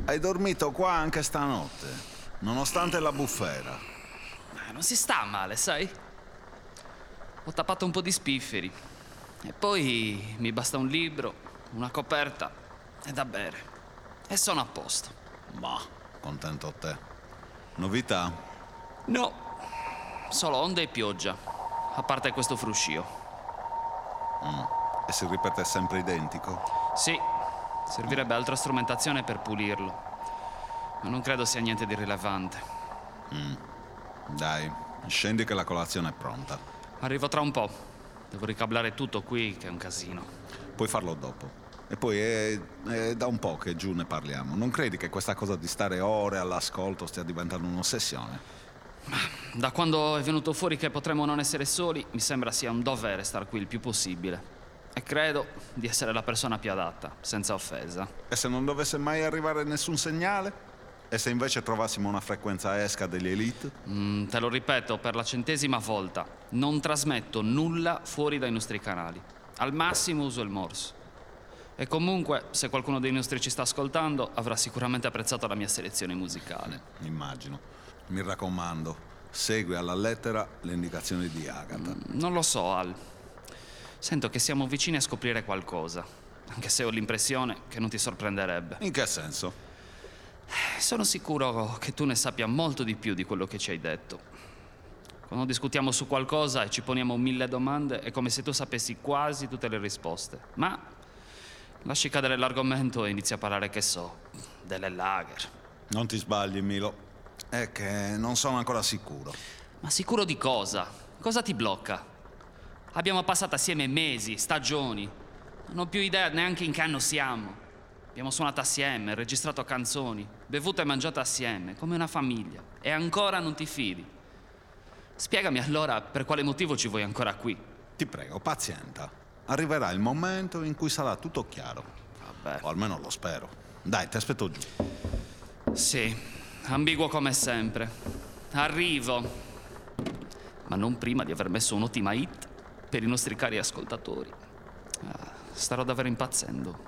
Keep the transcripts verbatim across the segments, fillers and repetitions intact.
Hai dormito qua anche stanotte, nonostante la bufera. Eh, non si sta male, sai? Ho tappato un po' di spifferi. E poi mi basta un libro, una coperta e da bere. E sono a posto. Ma, contento te. Novità? No, solo onde e pioggia, a parte questo fruscio. Mm. E si ripete sempre identico? Sì, servirebbe altra strumentazione per pulirlo, ma non credo sia niente di rilevante. Mm. Dai, scendi che la colazione è pronta. Arrivo tra un po'. Devo ricablare tutto qui, che è un casino. Puoi farlo dopo. E poi è, è da un po' che giù ne parliamo. Non credi che questa cosa di stare ore all'ascolto stia diventando un'ossessione? Ma da quando è venuto fuori che potremmo non essere soli, mi sembra sia un dovere star qui il più possibile. E credo di essere la persona più adatta, senza offesa. E se non dovesse mai arrivare nessun segnale? E se invece trovassimo una frequenza esca degli Elite? Mm, te lo ripeto per la centesima volta. Non trasmetto nulla fuori dai nostri canali. Al massimo uso il Morse. E comunque, se qualcuno dei nostri ci sta ascoltando, avrà sicuramente apprezzato la mia selezione musicale. Immagino. Mi raccomando, segui alla lettera le indicazioni di Agatha. Mm, non lo so, Al. Sento che siamo vicini a scoprire qualcosa, anche se ho l'impressione che non ti sorprenderebbe. In che senso? Sono sicuro che tu ne sappia molto di più di quello che ci hai detto. Quando discutiamo su qualcosa e ci poniamo mille domande, è come se tu sapessi quasi tutte le risposte. Ma lasci cadere l'argomento e inizi a parlare, che so, delle lager. Non ti sbagli, Milo. È che non sono ancora sicuro. Ma sicuro di cosa? Cosa ti blocca? Abbiamo passato assieme mesi, stagioni. Non ho più idea neanche in che anno siamo. Abbiamo suonato assieme, registrato canzoni, bevuto e mangiato assieme, come una famiglia. E ancora non ti fidi. Spiegami allora per quale motivo ci vuoi ancora qui. Ti prego, pazienta. Arriverà il momento in cui sarà tutto chiaro. Vabbè. O almeno lo spero. Dai, ti aspetto giù. Sì, ambiguo come sempre. Arrivo. Ma non prima di aver messo un'ottima hit per i nostri cari ascoltatori. Ah, starò davvero impazzendo.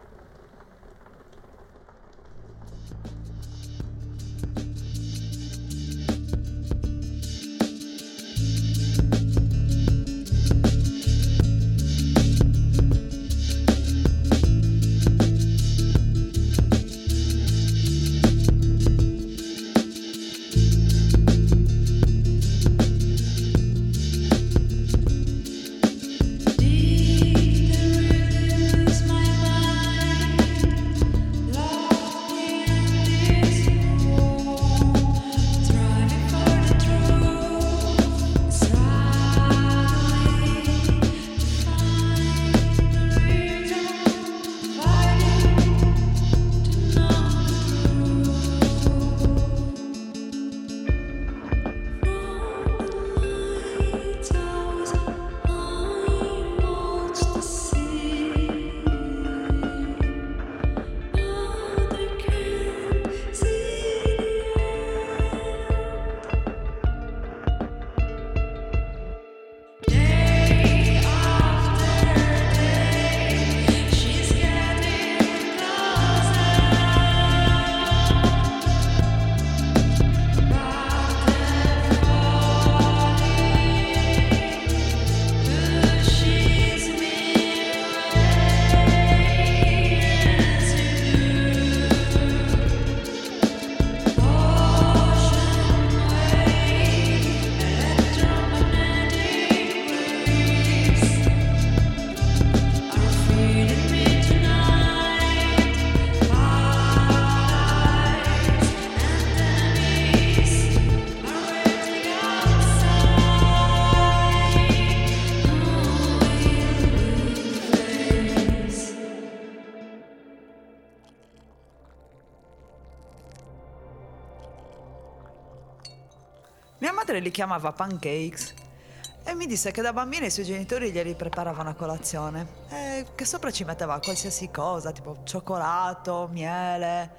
Mia madre li chiamava pancakes e mi disse che da bambina i suoi genitori glieli preparavano a colazione e che sopra ci metteva qualsiasi cosa, tipo cioccolato, miele,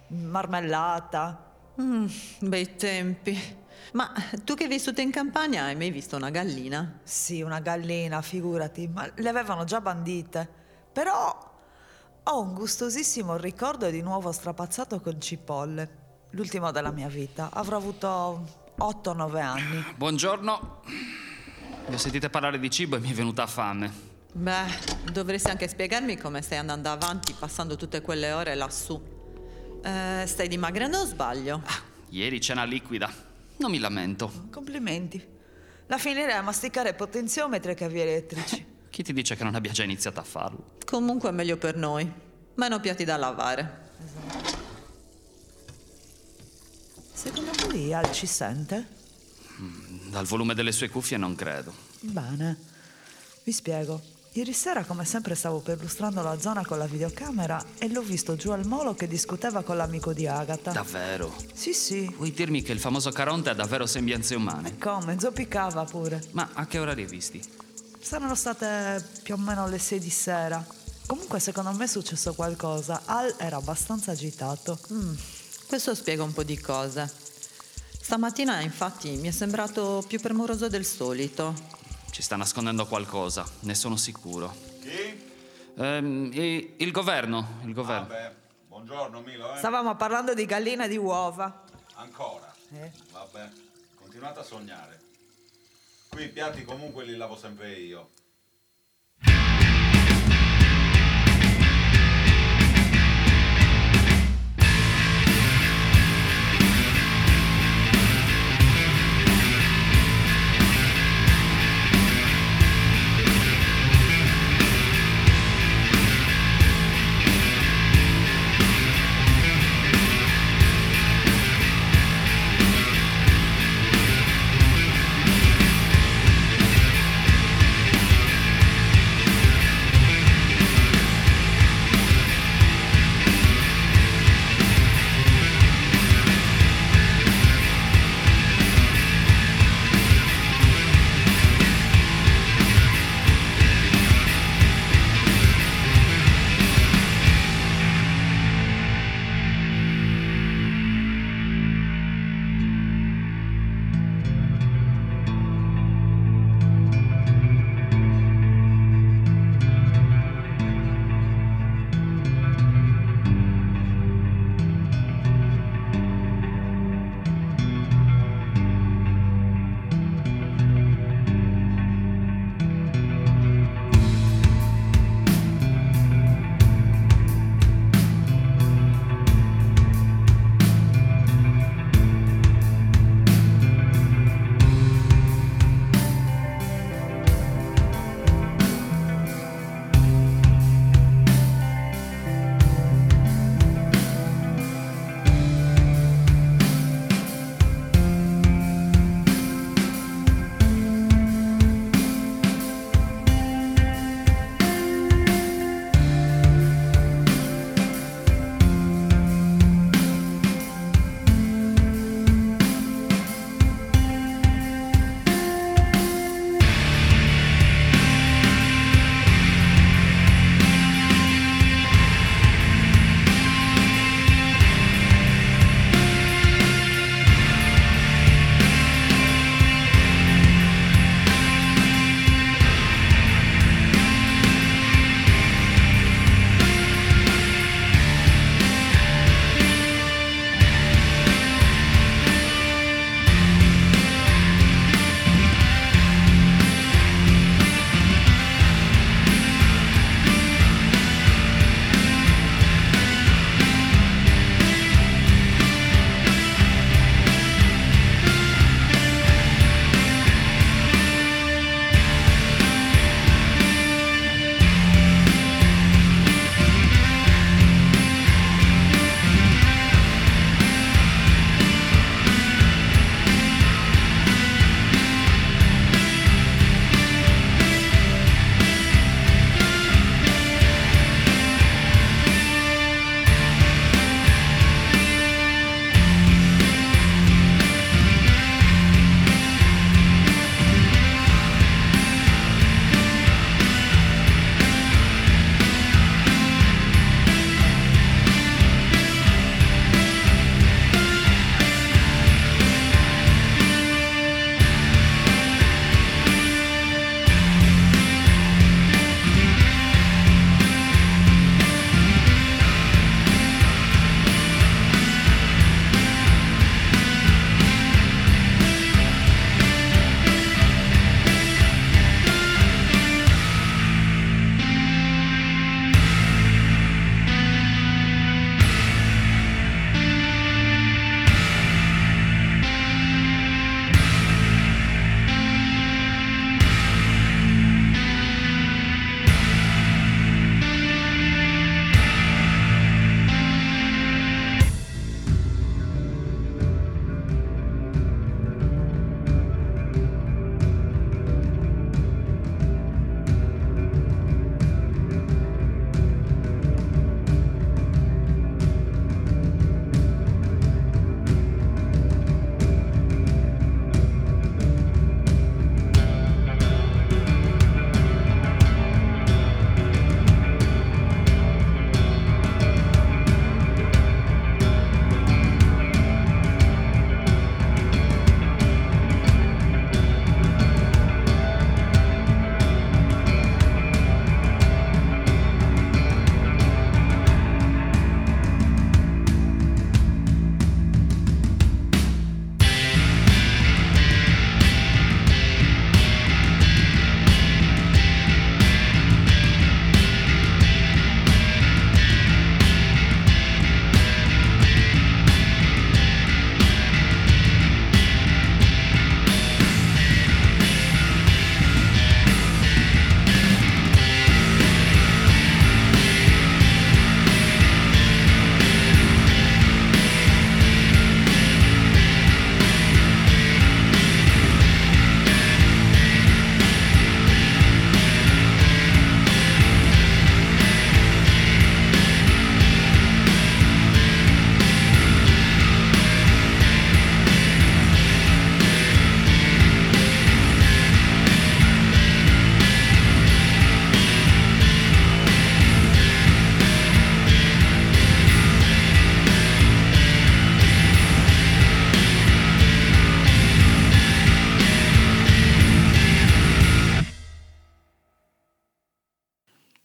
marmellata. Mm, bei tempi. Ma tu che hai vissuto in campagna hai mai visto una gallina? Sì, una gallina, figurati, ma le avevano già bandite. Però Ho un gustosissimo ricordo di nuovo strapazzato con cipolle. L'ultimo della mia vita. Avrò avuto otto nove anni. Buongiorno. Mi ho sentito parlare di cibo e mi è venuta fame. Beh, dovresti anche spiegarmi come stai andando avanti passando tutte quelle ore lassù. Eh, stai dimagrendo o sbaglio? Ah, ieri cena liquida. Non mi lamento. Complimenti. La finirei a masticare potenziometri e cavi elettrici. Chi ti dice che non abbia già iniziato a farlo? Comunque è meglio per noi. Meno piatti da lavare. Esatto. Secondo voi Al ci sente? Dal volume delle sue cuffie non credo. Bene. Vi spiego. Ieri sera, come sempre, stavo perlustrando la zona con la videocamera e l'ho visto giù al molo che discuteva con l'amico di Agatha. Davvero? Sì, sì. Vuoi dirmi che il famoso Caronte ha davvero sembianze umane? Come? Zoppicava pure. Ma a che ora li hai visti? Saranno state più o meno le sei di sera. Comunque, secondo me è successo qualcosa. Al era abbastanza agitato. Mm, questo spiega un po' di cose. Stamattina, infatti, mi è sembrato più premuroso del solito. Ci sta nascondendo qualcosa, ne sono sicuro. Chi? Ehm, e- il governo, il governo. Vabbè, buongiorno Milo, eh? Stavamo parlando di galline e di uova. Ancora? Eh? Vabbè, continuate a sognare. Qui i piatti comunque li lavo sempre io.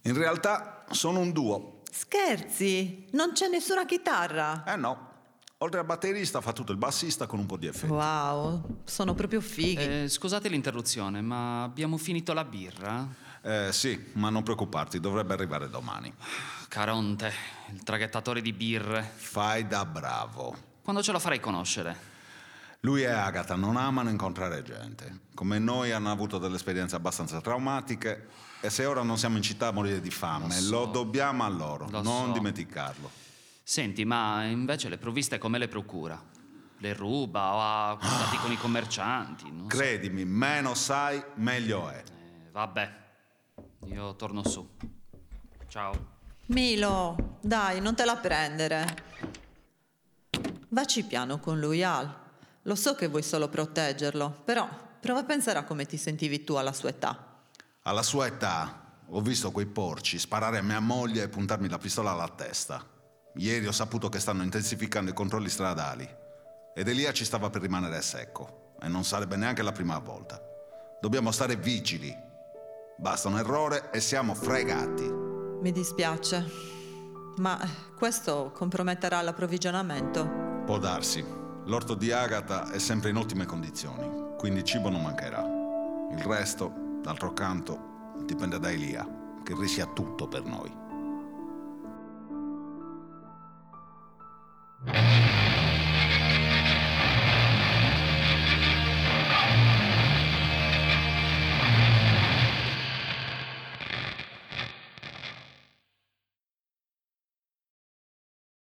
In realtà sono un duo. Scherzi? Non c'è nessuna chitarra? Eh no. Oltre al batterista fa tutto il bassista con un po' di effetti. Wow, sono proprio fighi. Eh, scusate l'interruzione, ma abbiamo finito la birra? Eh sì, ma non preoccuparti, dovrebbe arrivare domani. Caronte, il traghettatore di birre. Fai da bravo. Quando ce lo farei conoscere? Lui e Agatha non amano incontrare gente. Come noi hanno avuto delle esperienze abbastanza traumatiche e se ora non siamo in città a morire di fame, Lo so. lo dobbiamo a loro, Lo non so. dimenticarlo. Senti, ma invece le provviste come le procura? Le ruba o ha contatti con i commercianti? Non so. Credimi, meno sai, meglio è. Eh, vabbè, io torno su. Ciao. Milo, dai, non te la prendere. Vacci piano con lui, Al. Lo so che vuoi solo proteggerlo, però prova a pensare a come ti sentivi tu alla sua età. Alla sua età ho visto quei porci sparare a mia moglie e puntarmi la pistola alla testa. Ieri ho saputo che stanno intensificando i controlli stradali ed Elia ci stava per rimanere secco e non sarebbe neanche la prima volta. Dobbiamo stare vigili. Basta un errore e siamo fregati. Mi dispiace, ma questo comprometterà l'approvvigionamento. Può darsi. L'orto di Agatha è sempre in ottime condizioni, quindi cibo non mancherà. Il resto, d'altro canto, dipende da Elia, che rischia tutto per noi.